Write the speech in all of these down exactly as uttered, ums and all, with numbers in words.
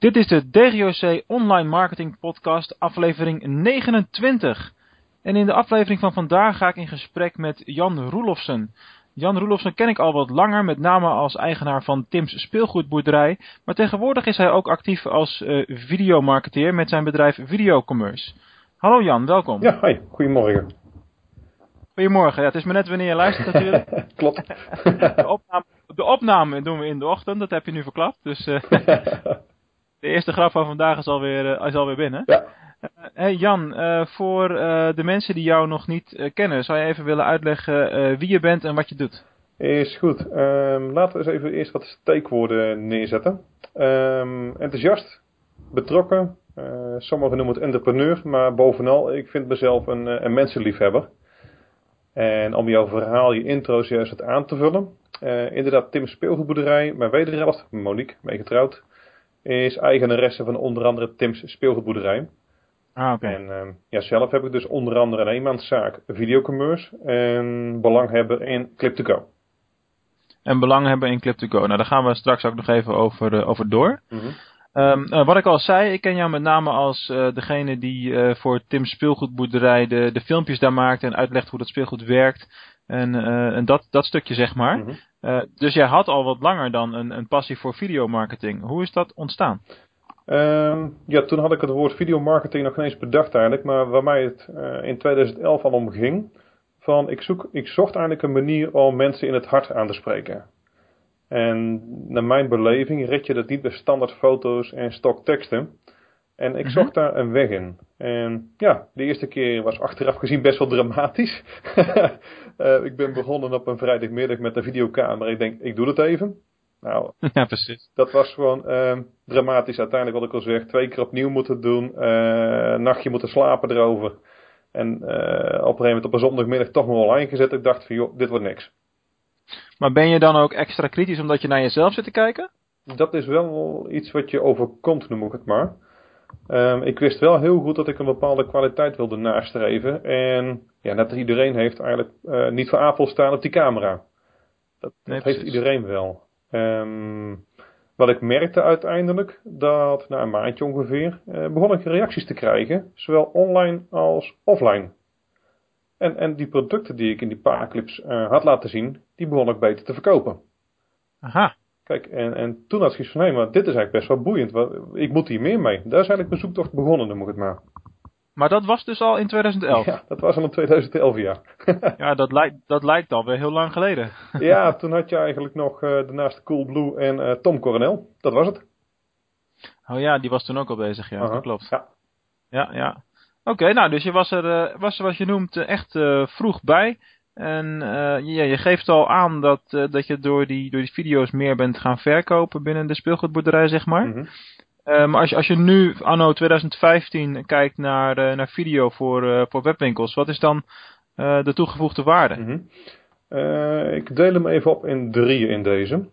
Dit is de D G O C Online Marketing Podcast, aflevering negenentwintig. En in de aflevering van vandaag ga ik in gesprek met Jan Roelofsen. Jan Roelofsen ken ik al wat langer, met name als eigenaar van Tim's Speelgoedboerderij. Maar tegenwoordig is hij ook actief als uh, videomarketeer met zijn bedrijf Videocommerce. Hallo Jan, welkom. Ja, hoi, goedemorgen. Goedemorgen, ja, het is maar net wanneer je luistert natuurlijk. Klopt. De opname, de opname doen we in de ochtend, dat heb je nu verklapt. Dus uh, de eerste grap van vandaag is alweer, uh, is alweer binnen. Ja. Uh, hey Jan, uh, voor uh, de mensen die jou nog niet uh, kennen, zou je even willen uitleggen uh, wie je bent en wat je doet? Is goed. Um, laten we eens even eerst wat steekwoorden neerzetten. Um, enthousiast, betrokken, uh, sommigen noemen het entrepreneur, maar bovenal, ik vind mezelf een, een mensenliefhebber. En om jouw verhaal, je intro juist wat aan te vullen. Uh, inderdaad, Tim's Speelgoedboerderij, mijn wederhelft, Monique, mee getrouwd, is eigenaresse van onder andere Tim's Speelgoedboerderij. Ah, oké. Okay. En uh, ja, zelf heb ik dus onder andere een eenmanszaak, Videocommerce en belanghebber in Clip to Go. En belang hebben in Clip to Go. Nou, daar gaan we straks ook nog even over, uh, over door. Mm-hmm. Um, uh, wat ik al zei, ik ken jou met name als uh, degene die uh, voor Tim's Speelgoedboerderij de, de filmpjes daar maakt en uitlegt hoe dat speelgoed werkt. En, uh, en dat, dat stukje zeg maar. Mm-hmm. Uh, dus jij had al wat langer dan een, een passie voor videomarketing. Hoe is dat ontstaan? Um, ja, toen had ik het woord videomarketing nog geen eens bedacht eigenlijk. Maar waar mij het uh, in tweeduizend elf al om ging. Van ik, zoek, ik zocht eigenlijk een manier om mensen in het hart aan te spreken. En naar mijn beleving red je dat niet bij standaard foto's en stokteksten. En ik mm-hmm. zocht daar een weg in. En ja, de eerste keer was achteraf gezien best wel dramatisch. uh, ik ben begonnen op een vrijdagmiddag met een videocamera. Ik denk, ik doe het even. Nou, ja, precies. Dat was gewoon uh, dramatisch. Uiteindelijk, wat ik al zeg, twee keer opnieuw moeten doen. Uh, een nachtje moeten slapen erover. En uh, op een gegeven moment op een zondagmiddag toch maar online gezet. Ik dacht van, joh, dit wordt niks. Maar ben je dan ook extra kritisch omdat je naar jezelf zit te kijken? Dat is wel iets wat je overkomt, noem ik het maar. Um, ik wist wel heel goed dat ik een bepaalde kwaliteit wilde nastreven. En ja, net als iedereen heeft eigenlijk uh, niet voor Apple staan op die camera. Dat, nee, dat heeft iedereen wel. Um, wat ik merkte uiteindelijk, dat na een maandje ongeveer, uh, begon ik reacties te krijgen. Zowel online als offline. En, en die producten die ik in die paar clips uh, had laten zien, die begon ik beter te verkopen. Aha. Kijk, en, en toen had ik zoiets van, nee, maar dit is eigenlijk best wel boeiend. Ik moet hier meer mee. Daar is eigenlijk mijn zoektocht begonnen, noem ik het maar. Maar dat was dus al in tweeduizend elf? Ja, dat was al in tweeduizend elf, ja. Ja, dat lijkt, dat lijkt alweer heel lang geleden. Ja, toen had je eigenlijk nog uh, daarnaast Coolblue en uh, Tom Coronel. Dat was het. Oh ja, die was toen ook al bezig, ja. Uh-huh. Dat klopt. Ja. Ja, ja. Oké, okay, nou, dus je was er, uh, was er, wat je noemt, uh, echt uh, vroeg bij. En uh, ja, je geeft al aan dat, uh, dat je door die, door die video's meer bent gaan verkopen binnen de speelgoedboerderij, zeg maar. Mm-hmm. Uh, maar als je, als je nu, anno tweeduizend vijftien, kijkt naar, uh, naar video voor, uh, voor webwinkels, wat is dan uh, de toegevoegde waarde? Mm-hmm. Uh, ik deel hem even op in drieën in deze.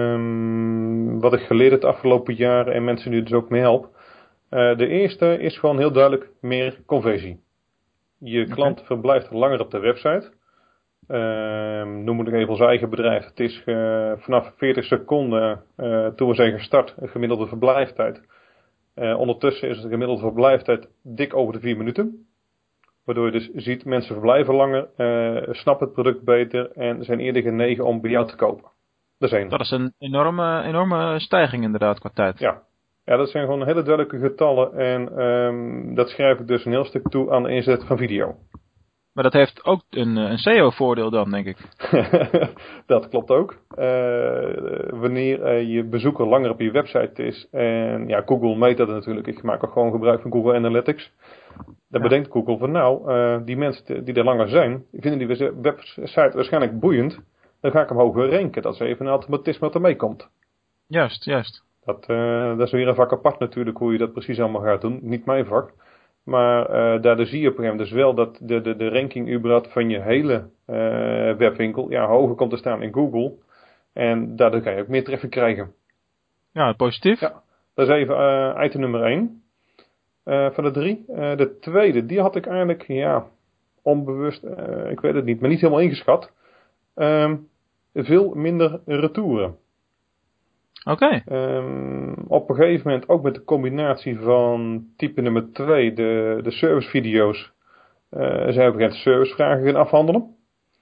Um, wat ik geleerd heb de afgelopen jaren en mensen nu dus ook mee help. Uh, de eerste is gewoon heel duidelijk meer conversie. Je klant okay. verblijft langer op de website. Uh, noem ik even ons eigen bedrijf. Het is uh, vanaf veertig seconden uh, toen we zijn gestart een gemiddelde verblijftijd. Uh, ondertussen is het gemiddelde verblijftijd dik over de vier minuten. Waardoor je dus ziet, mensen verblijven langer, uh, snappen het product beter en zijn eerder genegen om bij jou te kopen. Dat is één. Dat is een enorme, enorme stijging inderdaad qua tijd. Ja. Ja, dat zijn gewoon hele duidelijke getallen en um, dat schrijf ik dus een heel stuk toe aan de inzet van video. Maar dat heeft ook een, een S E O-voordeel dan, denk ik. Dat klopt ook. Uh, wanneer uh, je bezoeker langer op je website is en ja, Google meet dat natuurlijk. Ik maak ook gewoon gebruik van Google Analytics. Dan ja. bedenkt Google van nou, uh, die mensen die er langer zijn, vinden die website waarschijnlijk boeiend. Dan ga ik hem hoger ranken. Dat is even een automatisme wat er mee komt. Juist, juist. Dat, uh, dat is weer een vak apart natuurlijk, hoe je dat precies allemaal gaat doen. Niet mijn vak. Maar uh, daardoor zie je op een gegeven moment dus wel dat de, de, de ranking überhaupt van je hele uh, webwinkel ja, hoger komt te staan in Google. En daardoor kan je ook meer traffic krijgen. Ja, positief. Ja, dat is even uh, item nummer één uh, van de drie. Uh, de tweede, die had ik eigenlijk, ja, onbewust, uh, ik weet het niet, maar niet helemaal ingeschat. Uh, veel minder retouren. Oké. Okay. Um, op een gegeven moment ook met de combinatie van type nummer twee, de, de servicevideo's, uh, zijn we op een gegeven moment servicevragen gaan afhandelen.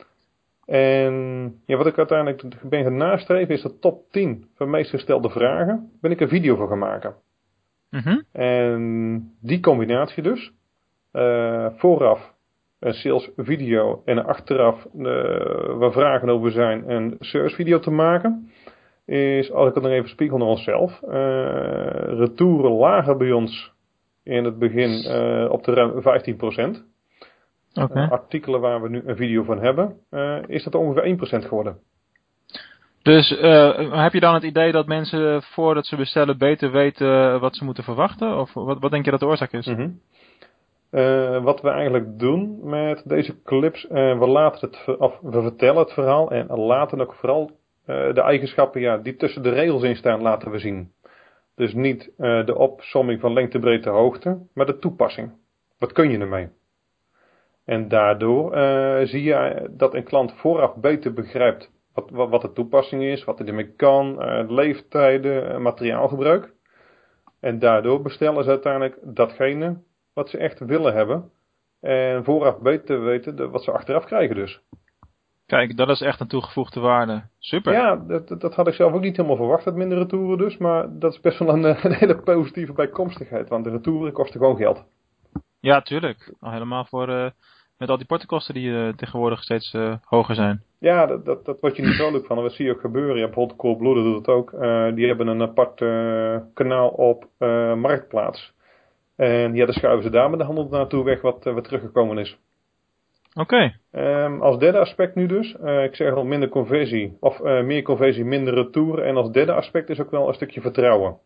En ja, wat ik uiteindelijk ben gaan nastreven is de top tien van meest gestelde vragen. Ben ik een video van gaan maken. Mm-hmm. En die combinatie dus. Uh, vooraf een sales video en achteraf uh, waar vragen over zijn een service video te maken. Is, als ik het nog even spiegel naar onszelf. Uh, retouren lagen bij ons in het begin uh, op de ruim vijftien procent. Okay. Uh, artikelen waar we nu een video van hebben, uh, is dat ongeveer één procent geworden. Dus uh, heb je dan het idee dat mensen voordat ze bestellen beter weten wat ze moeten verwachten? Of wat, wat denk je dat de oorzaak is? Mm-hmm. Uh, wat we eigenlijk doen met deze clips, uh, we, laten het, of we vertellen het verhaal en laten ook vooral uh, de eigenschappen ja, die tussen de regels in staan laten we zien. Dus niet uh, de opsomming van lengte, breedte, hoogte, maar de toepassing. Wat kun je ermee? En daardoor uh, zie je dat een klant vooraf beter begrijpt wat, wat, wat de toepassing is, wat hij ermee kan, uh, leeftijden, uh, materiaalgebruik. En daardoor bestellen ze uiteindelijk datgene wat ze echt willen hebben. En vooraf beter weten de, wat ze achteraf krijgen dus. Kijk, dat is echt een toegevoegde waarde. Super. Ja, dat, dat had ik zelf ook niet helemaal verwacht, dat minder retouren dus. Maar dat is best wel een, een hele positieve bijkomstigheid. Want de retouren kosten gewoon geld. Ja, tuurlijk. Al helemaal voor... Uh... Met al die portokosten die uh, tegenwoordig steeds uh, hoger zijn. Ja, dat, dat, dat word je niet vrolijk van. En dat zie je ook gebeuren. Ja, bijvoorbeeld Coolblue doet het ook. Uh, die hebben een apart uh, kanaal op uh, Marktplaats. En ja, dan schuiven ze daar met de handel naartoe weg wat, uh, wat teruggekomen is. Oké. Okay. Um, als derde aspect nu dus. Uh, ik zeg al minder conversie. Of uh, meer conversie, minder retour. En als derde aspect is ook wel een stukje vertrouwen.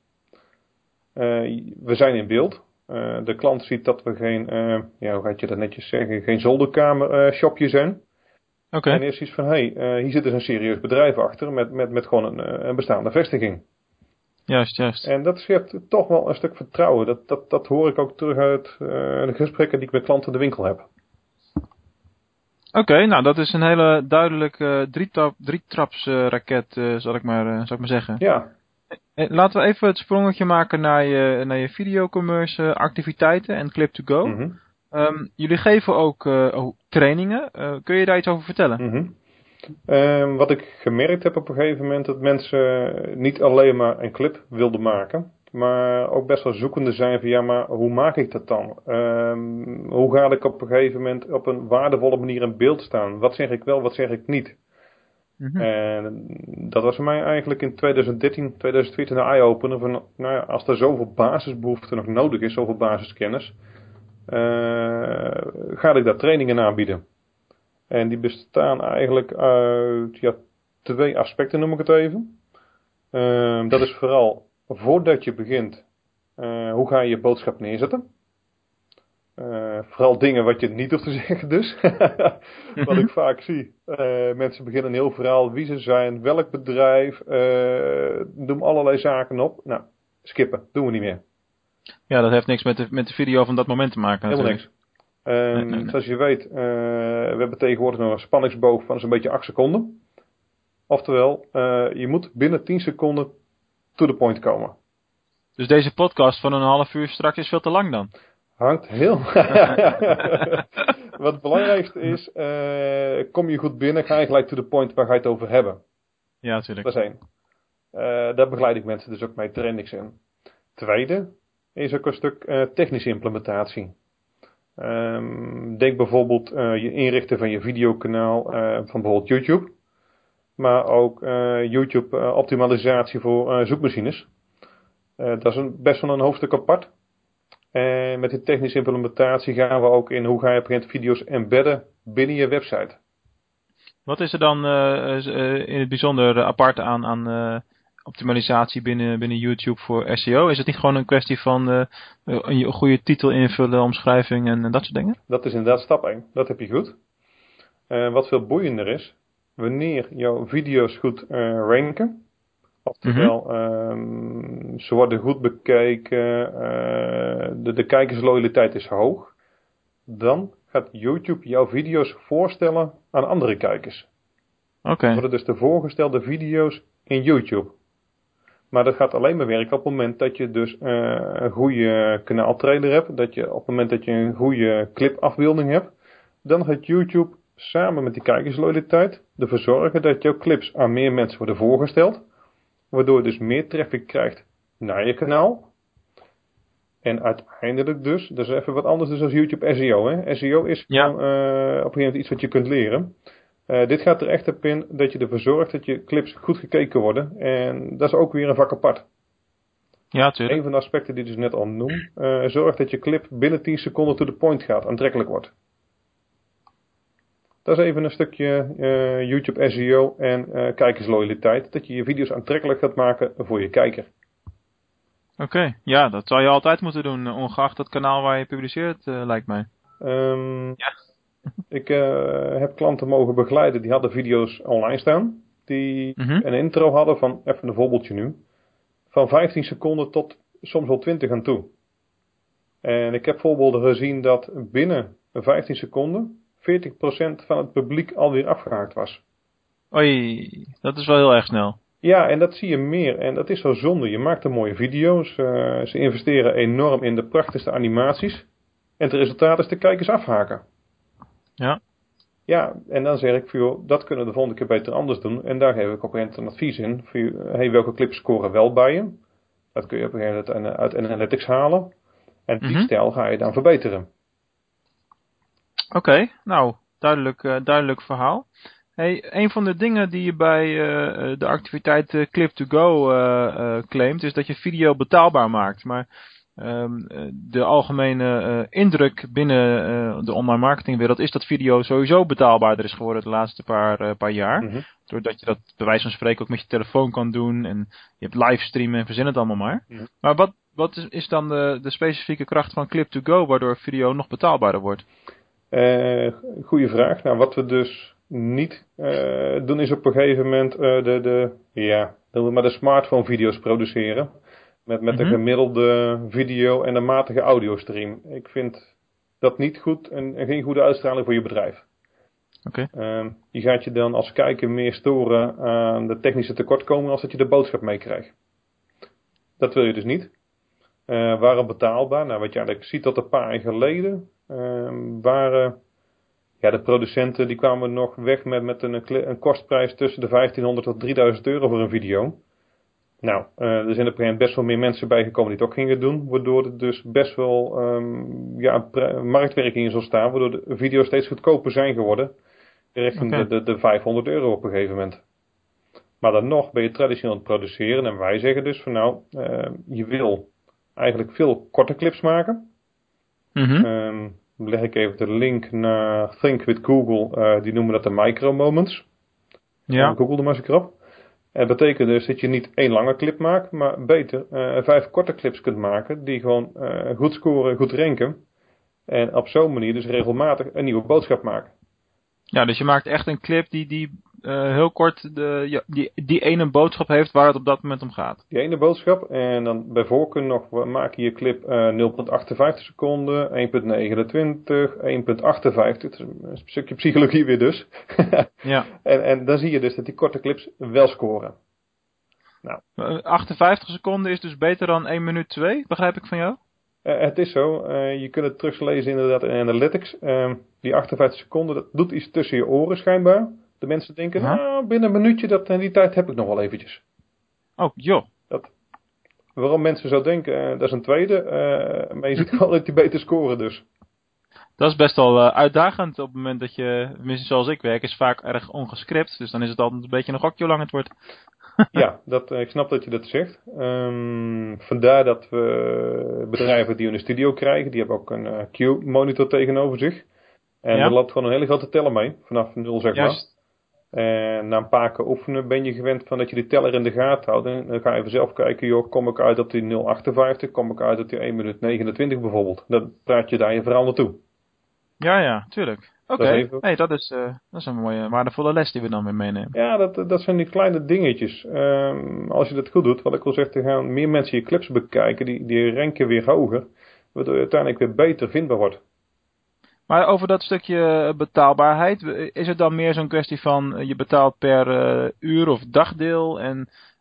Uh, we zijn in beeld. Uh, de klant ziet dat we geen, uh, ja, hoe gaat je dat netjes zeggen, geen zolderkamer uh, shopje zijn. Oké. Okay. En eerst iets van, hé, hey, uh, hier zit dus een serieus bedrijf achter met, met, met gewoon een, een bestaande vestiging. Juist, juist. En dat schept toch wel een stuk vertrouwen. Dat, dat, dat hoor ik ook terug uit uh, de gesprekken die ik met klanten in de winkel heb. Oké, okay, nou dat is een hele duidelijke uh, drietraps uh, raket, uh, zal ik maar, uh, zal ik maar zeggen. Ja. Laten we even het sprongetje maken naar je, naar je videocommerce activiteiten en Clip to Go. Mm-hmm. Um, jullie geven ook uh, trainingen. Uh, kun je daar iets over vertellen? Mm-hmm. Um, wat ik gemerkt heb op een gegeven moment, dat mensen niet alleen maar een clip wilden maken, maar ook best wel zoekende zijn van ja, maar hoe maak ik dat dan? Um, hoe ga ik op een gegeven moment op een waardevolle manier in beeld staan? Wat zeg ik wel, wat zeg ik niet? Mm-hmm. En dat was voor mij eigenlijk in twintig dertien, twintig veertien een eye-opener van, nou ja, als er zoveel basisbehoefte nog nodig is, zoveel basiskennis, uh, ga ik daar trainingen aanbieden. En die bestaan eigenlijk uit ja, twee aspecten, noem ik het even. Uh, dat is vooral voordat je begint, uh, hoe ga je je boodschap neerzetten? Uh, vooral dingen wat je niet hoeft te zeggen dus. Wat ik vaak zie. Uh, mensen beginnen een heel verhaal. Wie ze zijn, welk bedrijf. Uh, doen allerlei zaken op. Nou, skippen. Doen we niet meer. Ja, dat heeft niks met de, met de video van dat moment te maken. Helemaal niks. Um, nee, nee, nee. Zoals je weet, uh, we hebben tegenwoordig nog een spanningsboog van zo'n beetje acht seconden. Oftewel, uh, je moet binnen tien seconden to the point komen. Dus deze podcast van een half uur straks is veel te lang dan? Hangt heel... Wat het belangrijkste is, uh, kom je goed binnen, ga je gelijk to the point, waar ga je het over hebben. Ja, natuurlijk. Dat is één. Uh, daar begeleid ik mensen dus ook mee, train ik ze in. Tweede is ook een stuk uh, technische implementatie. Um, denk bijvoorbeeld uh, je inrichten van je videokanaal uh, van bijvoorbeeld YouTube. Maar ook uh, YouTube uh, optimalisatie voor uh, zoekmachines. Uh, dat is een, best wel een hoofdstuk apart. En met die technische implementatie gaan we ook in hoe ga je op een gegeven moment video's embedden binnen je website. Wat is er dan uh, uh, in het bijzonder apart aan, aan uh, optimalisatie binnen, binnen YouTube voor S E O? Is het niet gewoon een kwestie van uh, een goede titel invullen, omschrijving en, en dat soort dingen? Dat is inderdaad stap één. Dat heb je goed. Uh, wat veel boeiender is, wanneer jouw video's goed uh, ranken. Oftewel, mm-hmm. um, ze worden goed bekeken, uh, de, de kijkersloyaliteit is hoog. Dan gaat YouTube jouw video's voorstellen aan andere kijkers. Oké. Okay. Dat worden dus de voorgestelde video's in YouTube. Maar dat gaat alleen maar werken op het moment dat je dus uh, een goede kanaaltrailer hebt. Dat je op het moment dat je een goede clipafbeelding hebt. Dan gaat YouTube samen met die kijkersloyaliteit ervoor zorgen dat jouw clips aan meer mensen worden voorgesteld. Waardoor je dus meer traffic krijgt naar je kanaal. En uiteindelijk dus, dat is even wat anders dus als YouTube S E O. Hè? S E O is Ja. gewoon, uh, op een gegeven moment iets wat je kunt leren. Uh, dit gaat er echt op in dat je ervoor zorgt dat je clips goed gekeken worden. En dat is ook weer een vak apart. Ja, tuurlijk. Een van de aspecten die ik dus net al noem. Uh, zorg dat je clip binnen tien seconden to the point gaat, aantrekkelijk wordt. Dat is even een stukje uh, YouTube S E O en uh, kijkersloyaliteit. Dat je je video's aantrekkelijk gaat maken voor je kijker. Oké, okay. Ja, dat zou je altijd moeten doen, ongeacht het kanaal waar je publiceert, uh, lijkt mij. Um, ja. Ik uh, heb klanten mogen begeleiden die hadden video's online staan. Die mm-hmm. een intro hadden van, even een voorbeeldje nu, van vijftien seconden tot soms wel twintig aan toe. En ik heb voorbeelden gezien dat binnen vijftien seconden veertig procent van het publiek alweer afgehaakt was. Oei, dat is wel heel erg snel. Ja, en dat zie je meer. En dat is zo zonde. Je maakt er mooie video's. Uh, ze investeren enorm in de prachtigste animaties. En het resultaat is de kijkers afhaken. Ja. Ja, en dan zeg ik, joh, dat kunnen we de volgende keer beter anders doen. En daar geef ik op een gegeven moment een advies in. Voor, hey, welke clips scoren wel bij je? Dat kun je op een gegeven moment uit Analytics halen. En die mm-hmm. stijl ga je dan verbeteren. Oké, okay, nou, duidelijk, uh, duidelijk verhaal. Hey, een van de dingen die je bij uh, de activiteit uh, Clip to Go uh, uh, claimt, is dat je video betaalbaar maakt. Maar um, de algemene uh, indruk binnen uh, de online marketingwereld is dat video sowieso betaalbaarder is geworden de laatste paar, uh, paar jaar. Mm-hmm. Doordat je dat bij wijze van spreken ook met je telefoon kan doen en je hebt livestreamen en verzin het allemaal maar. Mm-hmm. Maar wat, wat is, is dan de, de specifieke kracht van Clip to Go waardoor video nog betaalbaarder wordt? Uh, goeie vraag. Nou, wat we dus niet uh, doen is op een gegeven moment uh, de, de, ja, maar de smartphone video's produceren. Met, met mm-hmm. een gemiddelde video en een matige audiostream. Ik vind dat niet goed en, en geen goede uitstraling voor je bedrijf. Okay. Uh, je gaat je dan als kijker meer storen aan de technische tekortkomingen als dat je de boodschap meekrijgt. Dat wil je dus niet. Uh, waren betaalbaar. Nou, wat je eigenlijk ziet dat een paar jaar geleden uh, waren ja, de producenten die kwamen nog weg met, met een, een kostprijs tussen de vijftienhonderd tot drieduizend euro voor een video. Nou, uh, er zijn op een gegeven moment best wel meer mensen bijgekomen die het ook gingen doen. Waardoor er dus best wel um, ja, pre- marktwerking in zal staan. Waardoor de video's steeds goedkoper zijn geworden. Richting okay. de, de, de vijfhonderd euro op een gegeven moment. Maar dan nog ben je traditioneel aan het produceren. En wij zeggen dus van nou, uh, je wil eigenlijk veel korte clips maken. Mm-hmm. Um, dan leg ik even de link naar Think with Google. Uh, die noemen dat de micro moments. Ja. Uh, Google er maar eens op. En dat betekent dus dat je niet één lange clip maakt, maar beter uh, vijf korte clips kunt maken die gewoon uh, goed scoren, goed ranken. En op zo'n manier dus regelmatig een nieuwe boodschap maken. Ja, dus je maakt echt een clip die, die uh, heel kort de, ja, die, die ene boodschap heeft waar het op dat moment om gaat. Die ene boodschap en dan bij voorkeur nog maak je je clip uh, nul komma achtenvijftig seconden, één komma negenentwintig, één komma achtenvijftig. Het is een stukje psychologie weer dus. Ja. En, en dan zie je dus dat die korte clips wel scoren. Nou. achtenvijftig seconden is dus beter dan één minuut twee, begrijp ik van jou? Uh, het is zo. Uh, je kunt het teruglezen inderdaad in Analytics. Uh, die achtenvijftig seconden, dat doet iets tussen je oren schijnbaar. De mensen denken, uh-huh. nou, binnen een minuutje, dat, die tijd heb ik nog wel eventjes. Oh, joh. Dat, waarom mensen zo denken, uh, dat is een tweede. Uh, maar je ziet gewoon dat die beter scoren dus. Dat is best wel uh, uitdagend op het moment dat je, tenminste zoals ik werk, is vaak erg ongescript. Dus dan is het altijd een beetje een gokje hoe lang het wordt. Ja, dat, ik snap dat je dat zegt. Um, vandaar dat we bedrijven die een studio krijgen, die hebben ook een uh, Q-monitor tegenover zich. En ja. Er loopt gewoon een hele grote teller mee, vanaf nul zeg maar. Juist. En na een paar keer oefenen ben je gewend van dat je die teller in de gaten houdt. En dan ga je even zelf kijken, joh, kom ik uit op die nul komma achtenvijftig, kom ik uit op die één minuut negenentwintig bijvoorbeeld. Dan praat je daar je verhaal naartoe. Ja, ja, tuurlijk. Oké, okay. hey, dat, is, uh, dat is een mooie, waardevolle les die we dan weer meenemen. Ja, dat, dat zijn die kleine dingetjes. Um, als je dat goed doet, wat ik al zeg, er gaan meer mensen je clips bekijken, die, die ranken weer hoger, waardoor je uiteindelijk weer beter vindbaar wordt. Maar over dat stukje betaalbaarheid, is het dan meer zo'n kwestie van je betaalt per uh, uur of dagdeel en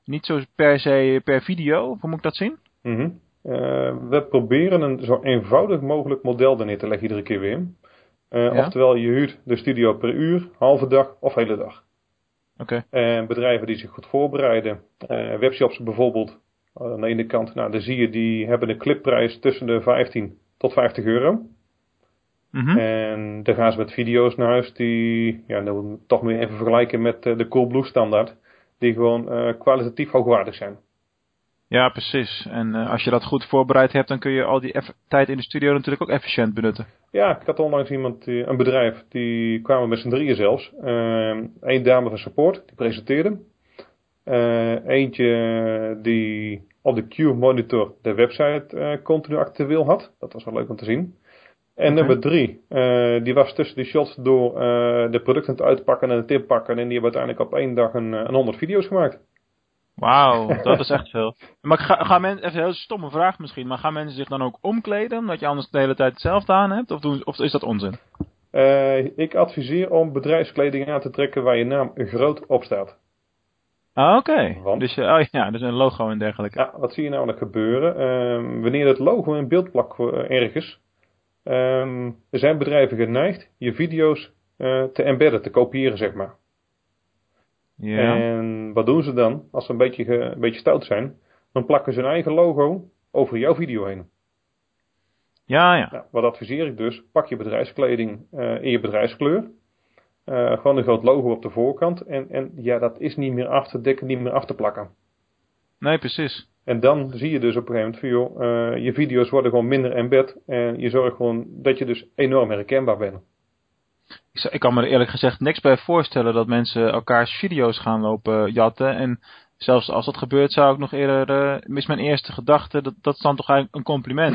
Niet zo per se per video, hoe moet ik dat zien? Mm-hmm. Uh, we proberen een zo eenvoudig mogelijk model er neer te leggen iedere keer weer. Uh, ja. Oftewel, je huurt de studio per uur, halve dag of hele dag. Oké. Okay. En bedrijven die zich goed voorbereiden, uh, webshops bijvoorbeeld, uh, aan de ene kant, nou, dan zie je, die hebben een clipprijs tussen de vijftien tot vijftig euro. Mm-hmm. En dan gaan ze met video's naar huis die, ja, dan toch meer even vergelijken met uh, de Coolblue standaard, die gewoon uh, kwalitatief hoogwaardig zijn. Ja, precies. En uh, als je dat goed voorbereid hebt, dan kun je al die eff- tijd in de studio natuurlijk ook efficiënt benutten. Ja, ik had onlangs iemand, die, een bedrijf, die kwamen met z'n drieën zelfs. Eén uh, dame van support, die presenteerde. Uh, eentje die op de Q-monitor de website uh, continu actueel had. Dat was wel leuk om te zien. En okay. nummer drie, uh, die was tussen die shots door uh, de producten te uitpakken en te inpakken. En die hebben uiteindelijk op één dag een, een honderd video's gemaakt. Wauw, dat is echt veel. Maar gaan ga mensen, even een heel stomme vraag misschien, maar gaan mensen zich dan ook omkleden, omdat je anders de hele tijd hetzelfde aan hebt? Of, doen, of is dat onzin? Uh, ik adviseer om bedrijfskleding aan te trekken waar je naam groot op staat. Ah, oké. Okay. Dus, uh, oh ja, dus een logo en dergelijke. Ja, wat zie je namelijk gebeuren? Uh, wanneer het logo in beeld plakt uh, ergens, um, er zijn bedrijven geneigd je video's uh, te embedden, te kopiëren, zeg maar. Ja. En wat doen ze dan? Als ze een beetje, ge, een beetje stout zijn, dan plakken ze hun eigen logo over jouw video heen. Ja, ja. Nou, wat adviseer ik dus? Pak je bedrijfskleding uh, in je bedrijfskleur. Uh, gewoon een groot logo op de voorkant. En, en ja, dat is niet meer af te dekken, niet meer af te plakken. Nee, precies. En dan zie je dus op een gegeven moment van, joh, uh, je video's worden gewoon minder embed. En je zorgt gewoon dat je dus enorm herkenbaar bent. Ik, ik kan me er eerlijk gezegd niks bij voorstellen dat mensen elkaars video's gaan lopen jatten. En zelfs als dat gebeurt zou ik nog eerder, uh, is mijn eerste gedachte, dat, dat is dan toch eigenlijk een compliment.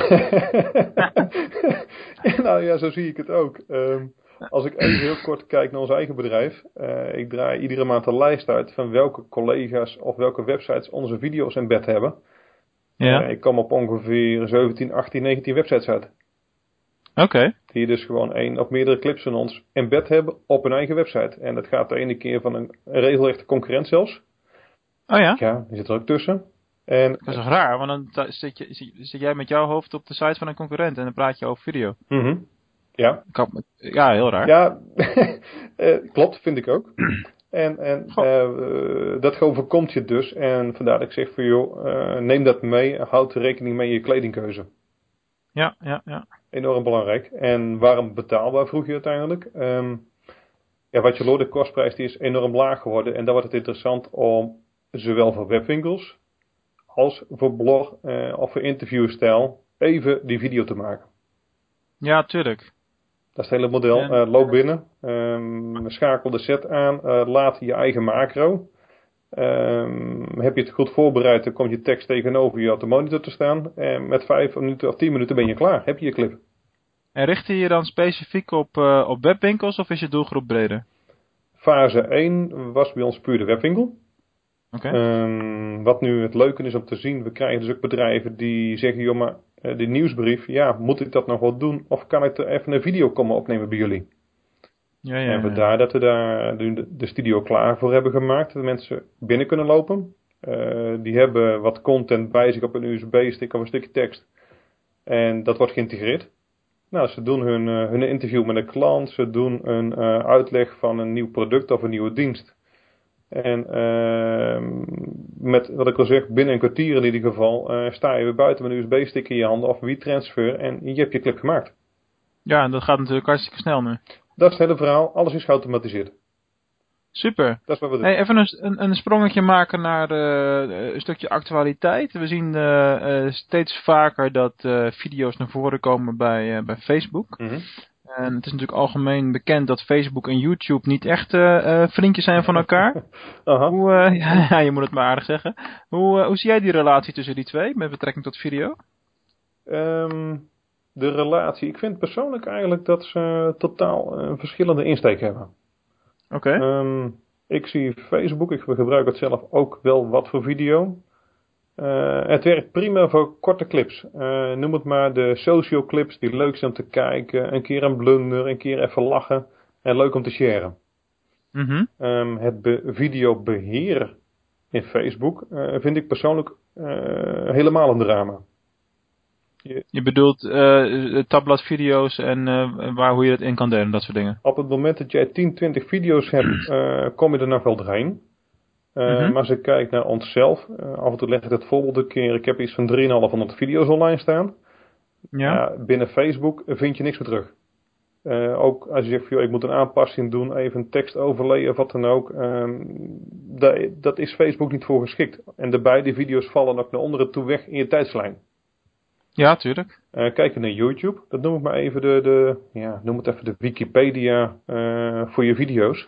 Ja, nou ja, zo zie ik het ook. Um, als ik even heel kort kijk naar ons eigen bedrijf. Uh, ik draai iedere maand een lijst uit van welke collega's of welke websites onze video's embed hebben. Ja. Uh, ik kom op ongeveer zeventien, achttien, negentien websites uit. Oké. Okay. Die dus gewoon één of meerdere clips van ons embed hebben op hun eigen website. En dat gaat de ene keer van een regelrechte concurrent zelfs. Oh ja? Ja, die zit er ook tussen. En, dat is toch raar, want dan zit, je, zit jij met jouw hoofd op de site van een concurrent en dan praat je over video. Mm-hmm. Ja. Ja, heel raar. Ja, uh, klopt, vind ik ook. En, en uh, dat overkomt je dus. En vandaar dat ik zeg voor joh, uh, neem dat mee. Houd rekening mee je kledingkeuze. Ja, ja, ja. Enorm belangrijk. En waarom betaalbaar vroeg je uiteindelijk? Um, ja, wat je hoort, de kostprijs die is enorm laag geworden. En dan wordt het interessant om zowel voor webwinkels als voor blog uh, of voor interviewstijl even die video te maken. Ja, tuurlijk. Dat is het hele model. En, uh, loop binnen, um, schakel de set aan, uh, laat je eigen macro. Um, heb je het goed voorbereid, dan komt je tekst tegenover je op de monitor te staan. En met vijf minuten of tien minuten ben je klaar. Heb je je clip. En richt je je dan specifiek op, uh, op webwinkels of is je doelgroep breder? Fase één was bij ons puur de webwinkel. Okay. Um, wat nu het leuke is om te zien, we krijgen dus ook bedrijven die zeggen, joh maar, uh, die nieuwsbrief, ja, moet ik dat nog wel doen? Of kan ik er even een video komen opnemen bij jullie? Ja, ja, en vandaar ja. dat we daar de, de studio klaar voor hebben gemaakt. Dat mensen binnen kunnen lopen. Uh, die hebben wat content bij zich op een U S B-stick of een stukje tekst. En dat wordt geïntegreerd. Nou, ze doen hun, uh, hun interview met een klant. Ze doen een uh, uitleg van een nieuw product of een nieuwe dienst. En uh, met wat ik al zeg, binnen een kwartier in ieder geval, uh, sta je weer buiten met een U S B-stick in je handen of WeTransfer en je hebt je clip gemaakt. Ja, en dat gaat natuurlijk hartstikke snel nu. Dat is het hele verhaal. Alles is geautomatiseerd. Super. Dat is wat we doen. Hey, even een, een, een sprongetje maken naar uh, een stukje actualiteit. We zien uh, uh, steeds vaker dat uh, video's naar voren komen bij, uh, bij Facebook. Mm-hmm. En het is natuurlijk algemeen bekend dat Facebook en YouTube niet echt uh, uh, vriendjes zijn van elkaar. Aha. Hoe, uh, ja, je moet het maar aardig zeggen. Hoe, uh, hoe zie jij die relatie tussen die twee met betrekking tot video? Um, de relatie, ik vind persoonlijk eigenlijk dat ze totaal een verschillende insteek hebben. Oké. Okay. Um, ik zie Facebook, ik gebruik het zelf ook wel wat voor video. Uh, het werkt prima voor korte clips. Uh, noem het maar de social clips die leuk zijn om te kijken. Een keer een blunder, een keer even lachen. En leuk om te sharen. Mm-hmm. Um, het be- videobeheer in Facebook uh, vind ik persoonlijk uh, helemaal een drama. Je, je bedoelt uh, tabbladvideo's en uh, waar, hoe je dat in kan delen, dat soort dingen? Op het moment dat jij tien, twintig video's hebt, uh, kom je er nog wel doorheen. Uh, mm-hmm. Maar als ik kijk naar onszelf, uh, af en toe leg ik het voorbeeld een keer. Ik heb iets van drieduizendvijfhonderd video's online staan. Ja. Uh, binnen Facebook vind je niks meer terug. Uh, ook als je zegt, joh, ik moet een aanpassing doen, even een tekst overlayen of wat dan ook. Um, dat, dat is Facebook niet voor geschikt. En de beide video's vallen ook naar onderen toe weg in je tijdslijn. Ja, tuurlijk. Uh, kijk naar YouTube, dat noem ik maar even de, de ja, noem het even de Wikipedia uh, voor je video's.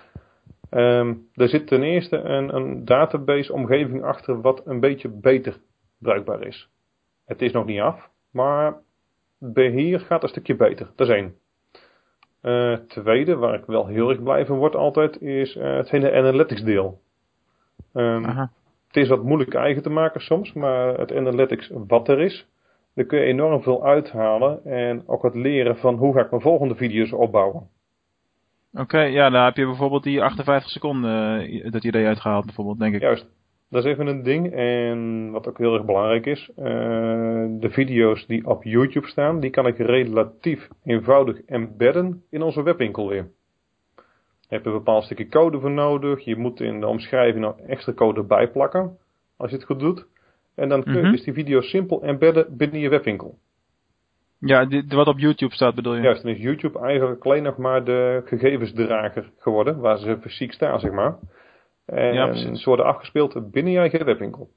Um, er zit ten eerste een, een database omgeving achter wat een beetje beter bruikbaar is. Het is nog niet af, maar beheer gaat een stukje beter. Dat is één. Uh, tweede, waar ik wel heel erg blij van word altijd, is uh, het hele analytics deel. Um, het is wat moeilijk eigen te maken soms, maar het analytics wat er is, daar kun je enorm veel uithalen en ook het leren van hoe ga ik mijn volgende video's opbouwen. Oké, okay, ja, daar heb je bijvoorbeeld die achtenvijftig seconden uh, dat idee uitgehaald bijvoorbeeld, denk ik. Juist, dat is even een ding. En wat ook heel erg belangrijk is, uh, de video's die op YouTube staan, die kan ik relatief eenvoudig embedden in onze webwinkel weer. Daar heb je een bepaald stukje code voor nodig. Je moet in de omschrijving nog extra code bijplakken, als je het goed doet. En dan kun je mm-hmm. dus die video's simpel embedden binnen je webwinkel. Ja, die, wat op YouTube staat bedoel je? Juist, dan is YouTube eigenlijk alleen nog maar de gegevensdrager geworden, waar ze fysiek staan, zeg maar. En ja, ze worden afgespeeld binnen je eigen webwinkel.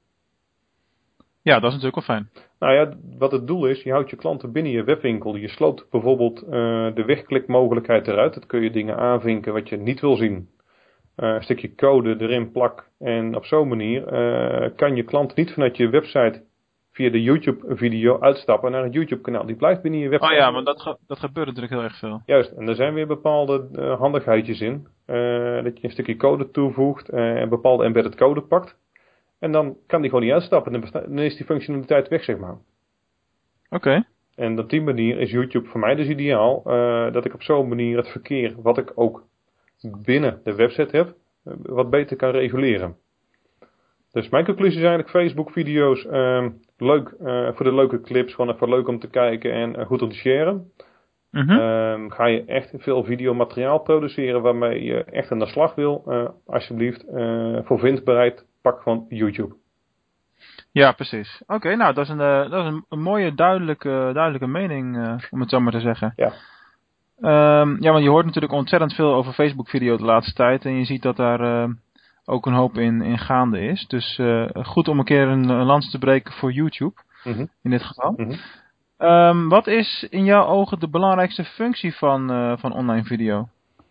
Ja, dat is natuurlijk wel fijn. Nou ja, wat het doel is, je houdt je klanten binnen je webwinkel. Je sloopt bijvoorbeeld uh, de wegklikmogelijkheid eruit. Dat kun je dingen aanvinken wat je niet wil zien. Uh, een stukje code erin plak. En op zo'n manier uh, kan je klant niet vanuit je website via de YouTube video uitstappen naar het YouTube kanaal. Die blijft binnen je website. Oh ja, maar dat, ge- dat gebeurt natuurlijk heel erg veel. Juist, en er zijn weer bepaalde uh, handigheidjes in. Uh, dat je een stukje code toevoegt uh, en bepaalde embedded code pakt. En dan kan die gewoon niet uitstappen. Dan, besta- dan is die functionaliteit weg, zeg maar. Oké. Okay. En op die manier is YouTube voor mij dus ideaal. Uh, dat ik op zo'n manier het verkeer, wat ik ook binnen de website heb, uh, wat beter kan reguleren. Dus mijn conclusie is eigenlijk Facebook video's uh, leuk uh, voor de leuke clips. Gewoon even leuk om te kijken en uh, goed om te sharen. Mm-hmm. Uh, ga je echt veel videomateriaal produceren waarmee je echt aan de slag wil. Uh, alsjeblieft, uh, voor vindbaarheid, pak gewoon YouTube. Ja, precies. Oké, okay, nou dat is een, uh, dat is een, een mooie duidelijke, duidelijke mening, uh, om het zo maar te zeggen. Ja. Um, ja, want je hoort natuurlijk ontzettend veel over Facebook video de laatste tijd. En je ziet dat daar uh, ook een hoop in, in gaande is. Dus uh, goed om een keer een, een lans te breken voor YouTube. Mm-hmm. In dit geval. Mm-hmm. Um, wat is in jouw ogen de belangrijkste functie van, uh, van online video?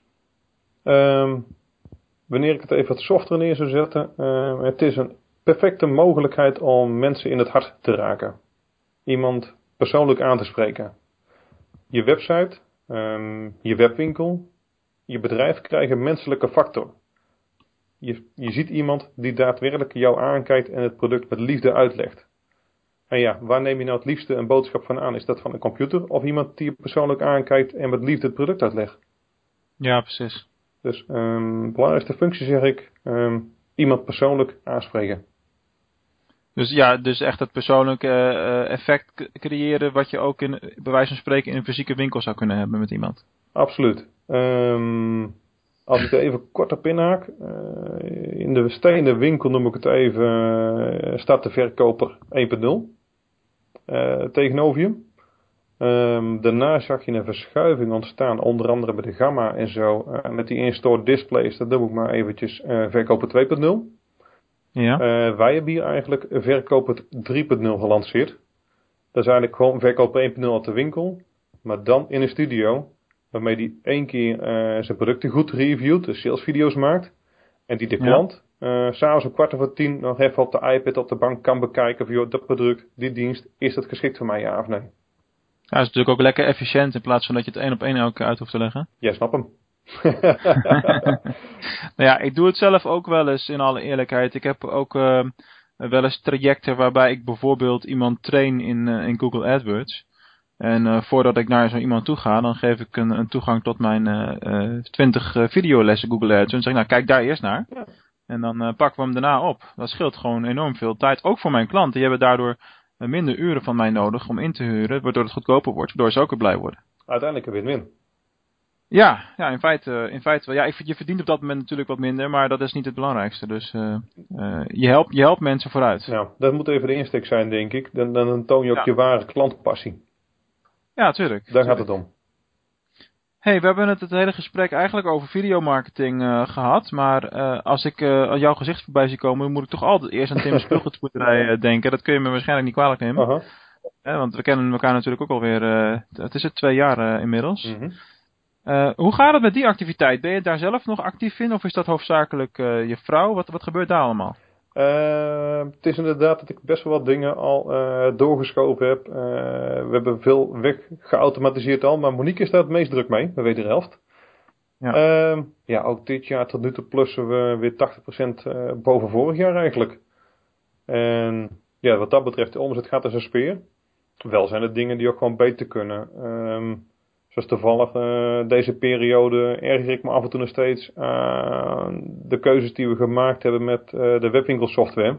Um, wanneer ik het even wat softer neer zou zetten. Uh, het is een perfecte mogelijkheid om mensen in het hart te raken. Iemand persoonlijk aan te spreken. Je website, um, je webwinkel, je bedrijf krijgen een menselijke factor. Je, je ziet iemand die daadwerkelijk jou aankijkt en het product met liefde uitlegt. En ja, waar neem je nou het liefste een boodschap van aan? Is dat van een computer of iemand die je persoonlijk aankijkt en met liefde het product uitlegt? Ja, precies. Dus um, belangrijkste functie zeg ik, um, iemand persoonlijk aanspreken. Dus ja, dus echt het persoonlijke uh, effect creëren wat je ook in, bij wijze van spreken in een fysieke winkel zou kunnen hebben met iemand. Absoluut. Um, als ik er even kort op inhaak. Uh, in de stenen winkel noem ik het even, uh, staat de verkoper één punt nul uh, tegenover je. Um, daarna zag je een verschuiving ontstaan, onder andere bij de Gamma en zo. Uh, met die in-store displays, dat noem ik maar eventjes uh, verkoper twee punt nul. Ja. Uh, wij hebben hier eigenlijk verkoper drie punt nul gelanceerd. Dat is eigenlijk gewoon verkoper één punt nul uit de winkel. Maar dan in een studio. Waarmee die één keer uh, zijn producten goed reviewt. Dus salesvideo's maakt. En die de ja. klant uh, s'avonds om kwart over tien nog even op de iPad op de bank kan bekijken. Van joh, dat product, die dienst, is dat geschikt voor mij ja of nee? Ja, dat is natuurlijk ook lekker efficiënt. In plaats van dat je het één op één elke keer uit hoeft te leggen. Jij snapt hem. Nou ja, ik doe het zelf ook wel eens in alle eerlijkheid. Ik heb ook uh, wel eens trajecten waarbij ik bijvoorbeeld iemand train in, uh, in Google AdWords. En uh, voordat ik naar zo iemand toe ga, dan geef ik een, een toegang tot mijn uh, uh, twintig uh, videolessen Google AdWords. En zeg ik, nou kijk daar eerst naar. Ja. En dan uh, pakken we hem daarna op. Dat scheelt gewoon enorm veel tijd. Ook voor mijn klanten. Die hebben daardoor uh, minder uren van mij nodig om in te huren. Waardoor het goedkoper wordt. Waardoor ze ook weer blij worden. Uiteindelijk een win-win. Ja, ja in feite, in feite wel. Ja, je verdient op dat moment natuurlijk wat minder. Maar dat is niet het belangrijkste. Dus uh, uh, je, helpt, je helpt mensen vooruit. Nou, dat moet even de insteek zijn, denk ik. Dan, dan toon je ook ja. je ware klantpassie. Ja, tuurlijk. Daar tuurlijk. gaat het om. Hey, we hebben het het hele gesprek eigenlijk over videomarketing uh, gehad. Maar uh, als ik uh, jouw gezicht voorbij zie komen, dan moet ik toch altijd eerst aan Tim's Speelgoedboerderij uh, denken. Dat kun je me waarschijnlijk niet kwalijk nemen. Uh-huh. Uh, want we kennen elkaar natuurlijk ook alweer, uh, het is het twee jaar uh, inmiddels. Mm-hmm. Uh, hoe gaat het met die activiteit? Ben je daar zelf nog actief in of is dat hoofdzakelijk uh, je vrouw? Wat, wat gebeurt daar allemaal? Uh, het is inderdaad dat ik best wel wat dingen al uh, doorgeschoven heb. Uh, we hebben veel weg geautomatiseerd al, maar Monique is daar het meest druk mee, de wederhelft. Ja. Uh, ja, ook dit jaar tot nu toe plussen we weer tachtig procent uh, boven vorig jaar eigenlijk. En ja, wat dat betreft, de omzet gaat als een speer. Wel zijn er dingen die ook gewoon beter kunnen. Um, zoals toevallig uh, deze periode erger ik me af en toe nog steeds aan de keuzes die we gemaakt hebben met uh, de webwinkelsoftware.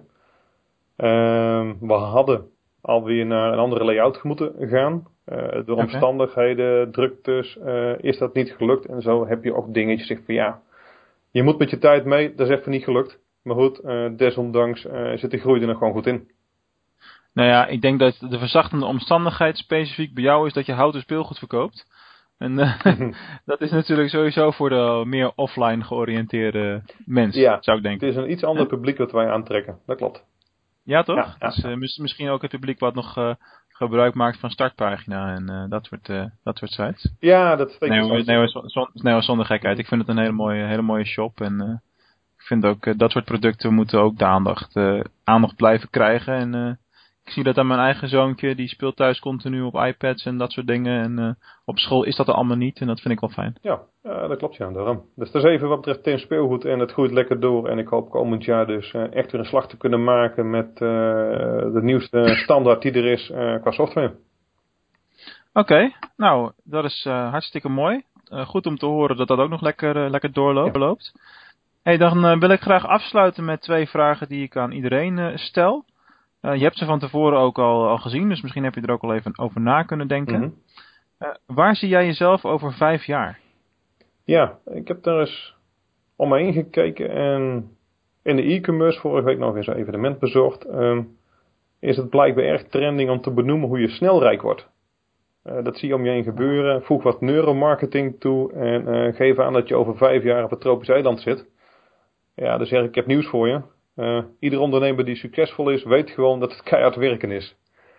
Um, we hadden alweer naar een andere layout moeten gaan. Uh, door okay. omstandigheden, druktes, uh, is dat niet gelukt. En zo heb je ook dingetjes zeg van ja, je moet met je tijd mee, dat is even niet gelukt. Maar goed, uh, desondanks uh, zit de groei er nog gewoon goed in. Nou ja, ik denk dat de verzachtende omstandigheid specifiek bij jou is dat je houten speelgoed verkoopt. En uh, mm-hmm. dat is natuurlijk sowieso voor de meer offline georiënteerde mens, ja, zou ik denken. Het is een iets ander publiek dat wij aantrekken, dat klopt. Ja, toch? Ja, ja. Dus uh, mis, misschien ook het publiek wat nog uh, gebruik maakt van startpagina en uh, dat soort, uh, dat soort sites. Ja, dat steekt nee, nee, nee, zon, nee, zonder gekheid. Ik vind het een hele mooie, hele mooie shop en uh, ik vind ook uh, dat soort producten moeten ook de aandacht, uh, aandacht blijven krijgen. En uh, ik zie dat aan mijn eigen zoontje, die speelt thuis continu op iPads en dat soort dingen. En uh, op school is dat er allemaal niet en dat vind ik wel fijn. Ja, uh, dat klopt ja, daarom. Dus dat is even wat betreft Tim Speelgoed en het groeit lekker door. En ik hoop komend jaar dus uh, echt weer een slag te kunnen maken met uh, de nieuwste standaard die er is uh, qua software. Oké, okay, nou dat is uh, hartstikke mooi. Uh, goed om te horen dat dat ook nog lekker, uh, lekker doorloopt. Ja. Hey, dan uh, wil ik graag afsluiten met twee vragen die ik aan iedereen uh, stel. Uh, je hebt ze van tevoren ook al, al gezien, dus misschien heb je er ook al even over na kunnen denken. Mm-hmm. Uh, waar zie jij jezelf over vijf jaar? Ja, ik heb daar eens om me heen gekeken en in de e-commerce vorige week nog eens een evenement bezocht. Um, is het blijkbaar erg trending om te benoemen hoe je snel rijk wordt. Uh, dat zie je om je heen gebeuren. Voeg wat neuromarketing toe en uh, geef aan dat je over vijf jaar op het tropisch eiland zit. Ja, dan zeg ik, ik heb nieuws voor je. Uh, ieder ondernemer die succesvol is, weet gewoon dat het keihard werken is.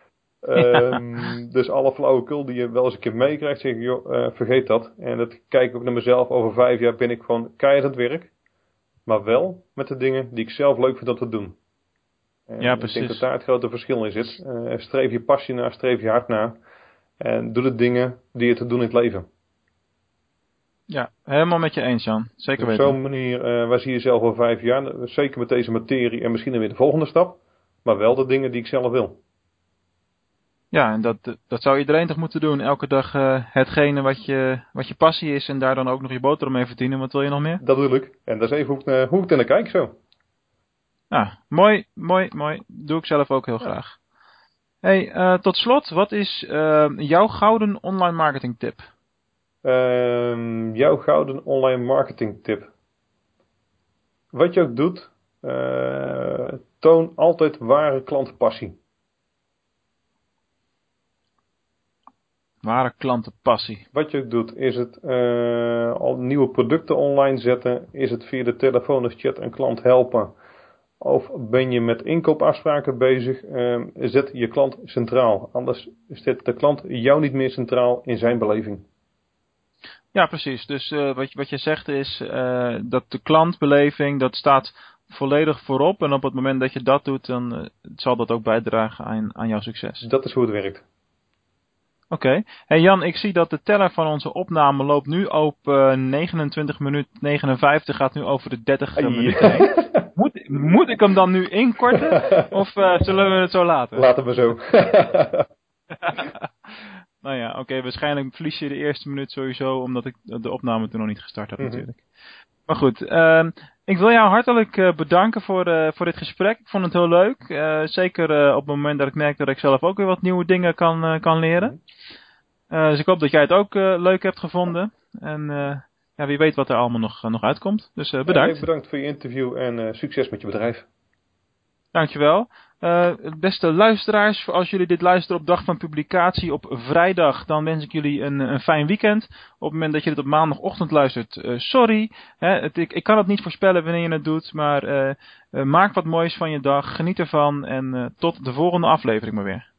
Um, ja. Dus alle flauwekul die je wel eens een keer meekrijgt, zeg ik, joh, uh, vergeet dat. En dat kijk ik ook naar mezelf. Over vijf jaar ben ik gewoon keihard aan het werk. Maar wel met de dingen die ik zelf leuk vind om te doen. En ja, precies. Ik denk dat daar het grote verschil in zit. Uh, streef je passie na, streef je hard na. En doe de dingen die je te doen in het leven. Ja, helemaal met je eens, Jan. Zeker weten. Op zo'n manier, uh, waar zie je jezelf over vijf jaar? Zeker met deze materie en misschien dan weer de volgende stap. Maar wel de dingen die ik zelf wil. Ja, en dat, dat zou iedereen toch moeten doen. Elke dag uh, hetgene wat je, wat je passie is en daar dan ook nog je boterham mee verdienen. Wat wil je nog meer? Dat bedoel ik. En dat is even hoe ik, uh, hoe ik er naar kijk zo. Nou, mooi, mooi, mooi. Doe ik zelf ook heel ja. graag. Hey, uh, tot slot, wat is uh, jouw gouden online marketing tip? Uh, jouw gouden online marketing tip. Wat je ook doet, uh, toon altijd ware klantenpassie. Ware klantenpassie. Wat je ook doet, is het uh, al nieuwe producten online zetten, is het via de telefoon of chat een klant helpen. Of ben je met inkoopafspraken bezig, uh, zet je klant centraal. Anders zet de klant jou niet meer centraal in zijn beleving. Ja, precies. Dus uh, wat, wat je zegt is uh, dat de klantbeleving, dat staat volledig voorop. En op het moment dat je dat doet, dan uh, zal dat ook bijdragen aan, aan jouw succes. Dat is hoe het werkt. Oké. Okay. Hey Jan, ik zie dat de teller van onze opname loopt nu op uh, negenentwintig minuten negenenvijftig, gaat nu over de dertig uh, minuten heen. Moet, moet ik hem dan nu inkorten? Of uh, zullen we het zo laten? Laten we zo. Nou ja, oké, okay, waarschijnlijk verlies je de eerste minuut sowieso, omdat ik de opname toen nog niet gestart had mm-hmm. natuurlijk. Maar goed, uh, Ik wil jou hartelijk uh, bedanken voor, uh, voor dit gesprek. Ik vond het heel leuk. Uh, zeker uh, op het moment dat ik merk dat ik zelf ook weer wat nieuwe dingen kan, uh, kan leren. Uh, dus ik hoop dat jij het ook uh, leuk hebt gevonden. En uh, ja, wie weet wat er allemaal nog, uh, nog uitkomt. Dus uh, bedankt. Ja, bedankt voor je interview en uh, succes met je bedrijf. Dankjewel. Uh, beste luisteraars, als jullie dit luisteren op dag van publicatie op vrijdag, dan wens ik jullie een, een fijn weekend. Op het moment dat je dit op maandagochtend luistert, uh, sorry. Hè, het, ik, ik kan het niet voorspellen wanneer je het doet, maar uh, uh, maak wat moois van je dag, geniet ervan en uh, tot de volgende aflevering maar weer.